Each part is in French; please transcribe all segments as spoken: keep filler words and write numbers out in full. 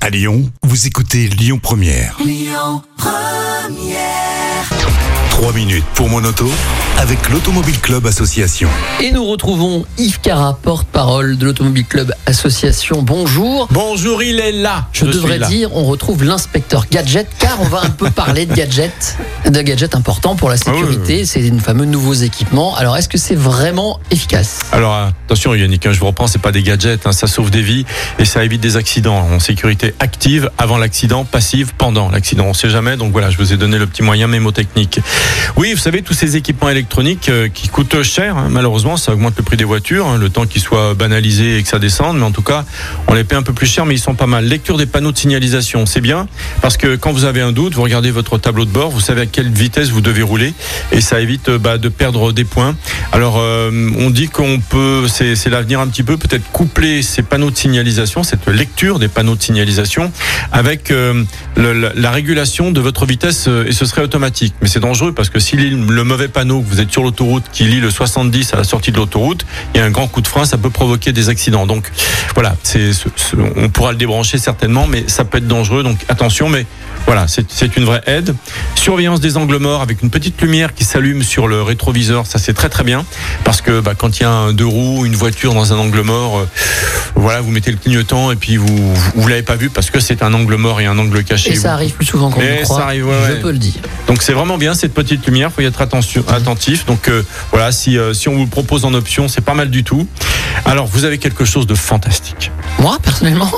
À Lyon, vous écoutez Lyon Première. Lyon Première. trois minutes pour mon auto avec l'Automobile Club Association. Et nous retrouvons Yves Cara, porte-parole de l'Automobile Club Association. Bonjour. Bonjour, il est là. Je, Je devrais dire, on retrouve l'inspecteur gadget, car on va un peu parler de gadgets, de gadgets importants pour la sécurité. Ah oui, oui. C'est une fameux nouveaux équipements. Alors, est-ce que c'est vraiment efficace ? Alors, attention Yannick, hein, je vous reprends, c'est pas des gadgets, hein, ça sauve des vies et ça évite des accidents. En sécurité active, avant l'accident, passive, pendant l'accident. On sait jamais, donc voilà, je vous ai donné le petit moyen mémotechnique. Oui, vous savez, tous ces équipements électroniques euh, qui coûtent cher, hein, malheureusement, ça augmente le prix des voitures, hein, le temps qu'ils soient banalisés et que ça descende, mais en tout cas, on les paie un peu plus cher, mais ils sont pas mal. Lecture des panneaux de signalisation, c'est bien, parce que quand vous avez un doute, vous regardez votre tableau de bord, vous savez à quelle vitesse vous devez rouler, et ça évite bah, de perdre des points. Alors, euh, on dit qu'on peut, c'est, c'est l'avenir un petit peu, peut-être coupler ces panneaux de signalisation, cette lecture des panneaux de signalisation, avec euh, le, la, la régulation de votre vitesse, euh, et ce serait automatique. Mais c'est dangereux, parce que si le mauvais panneau, vous êtes sur l'autoroute, qui lit le soixante-dix à la sortie de l'autoroute, il y a un grand coup de frein, ça peut provoquer des accidents. Donc voilà, c'est, c'est, on pourra le débrancher certainement, mais ça peut être dangereux, donc attention. Mais voilà, c'est, c'est une vraie aide. Surveillance des angles morts avec une petite lumière qui s'allume sur le rétroviseur, ça c'est très très bien, parce que bah, quand il y a un deux roues, une voiture dans un angle mort, euh, voilà, vous mettez le clignotant et puis vous vous l'avez pas vu parce que c'est un angle mort et un angle caché. Et ça arrive plus souvent qu'on le croit. Ça arrive, ouais, je ouais. peux le dire. Donc c'est vraiment bien cette petite lumière, faut y être attention, attentif. Donc euh, voilà, si euh, si on vous le propose en option, c'est pas mal du tout. Alors vous avez quelque chose de fantastique. Moi personnellement.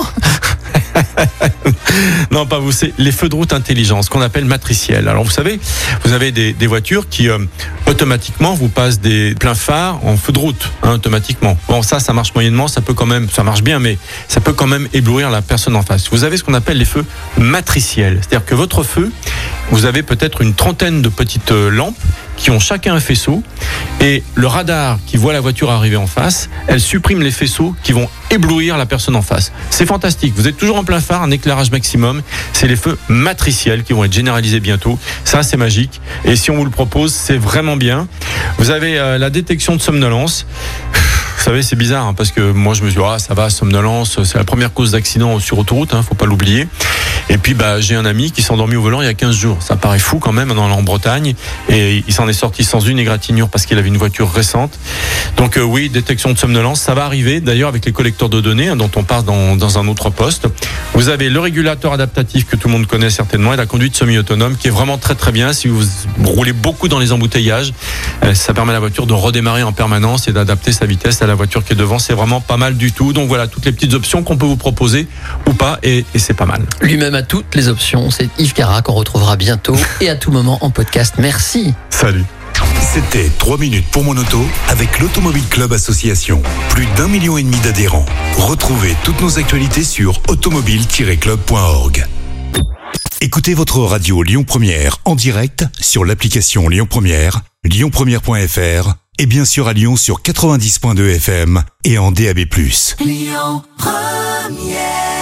Non, pas vous, c'est les feux de route intelligents, ce qu'on appelle matriciels. Alors vous savez, vous avez des, des voitures qui euh, automatiquement vous passent des pleins phares en feu de route, hein, automatiquement. Bon, ça, ça marche moyennement, ça peut quand même, ça marche bien, mais ça peut quand même éblouir la personne en face. Vous avez ce qu'on appelle les feux matriciels, c'est-à-dire que votre feu, vous avez peut-être une trentaine de petites lampes qui ont chacun un faisceau, et le radar qui voit la voiture arriver en face, elle supprime les faisceaux qui vont éblouir la personne en face. C'est fantastique, vous êtes toujours en plein phare, un éclairage maximum, c'est les feux matriciels qui vont être généralisés bientôt, ça c'est magique, et si on vous le propose, c'est vraiment bien. Vous avez euh, la détection de somnolence. Vous savez, c'est bizarre, hein, parce que moi je me dis, ah ça va, somnolence, c'est la première cause d'accident sur autoroute, hein, faut pas l'oublier. Et puis bah j'ai un ami qui s'est endormi au volant il y a quinze jours. Ça paraît fou quand même, on est en Bretagne, et il s'en est sorti sans une égratignure parce qu'il avait une voiture récente. Donc euh, oui, détection de somnolence, ça va arriver d'ailleurs avec les collecteurs de données, hein, dont on parle dans, dans un autre poste. Vous avez le régulateur adaptatif que tout le monde connaît certainement, et la conduite semi-autonome qui est vraiment très très bien. Si vous roulez beaucoup dans les embouteillages, euh, ça permet à la voiture de redémarrer en permanence et d'adapter sa vitesse à la voiture qui est devant. C'est vraiment pas mal du tout. Donc voilà, toutes les petites options qu'on peut vous proposer ou pas, et, et c'est pas mal. Lui-même a toutes les options. C'est Yves Cara qu'on retrouvera bientôt et à tout moment en podcast. Merci. Salut. C'était trois minutes pour mon auto avec l'Automobile Club Association. Plus d'un million et demi d'adhérents. Retrouvez toutes nos actualités sur automobile tiret club point org. Écoutez votre radio Lyon Première en direct sur l'application Lyon Première, lyon première point f r, et bien sûr à Lyon sur quatre-vingt-dix virgule deux F M et en D A B plus. Lyon Première.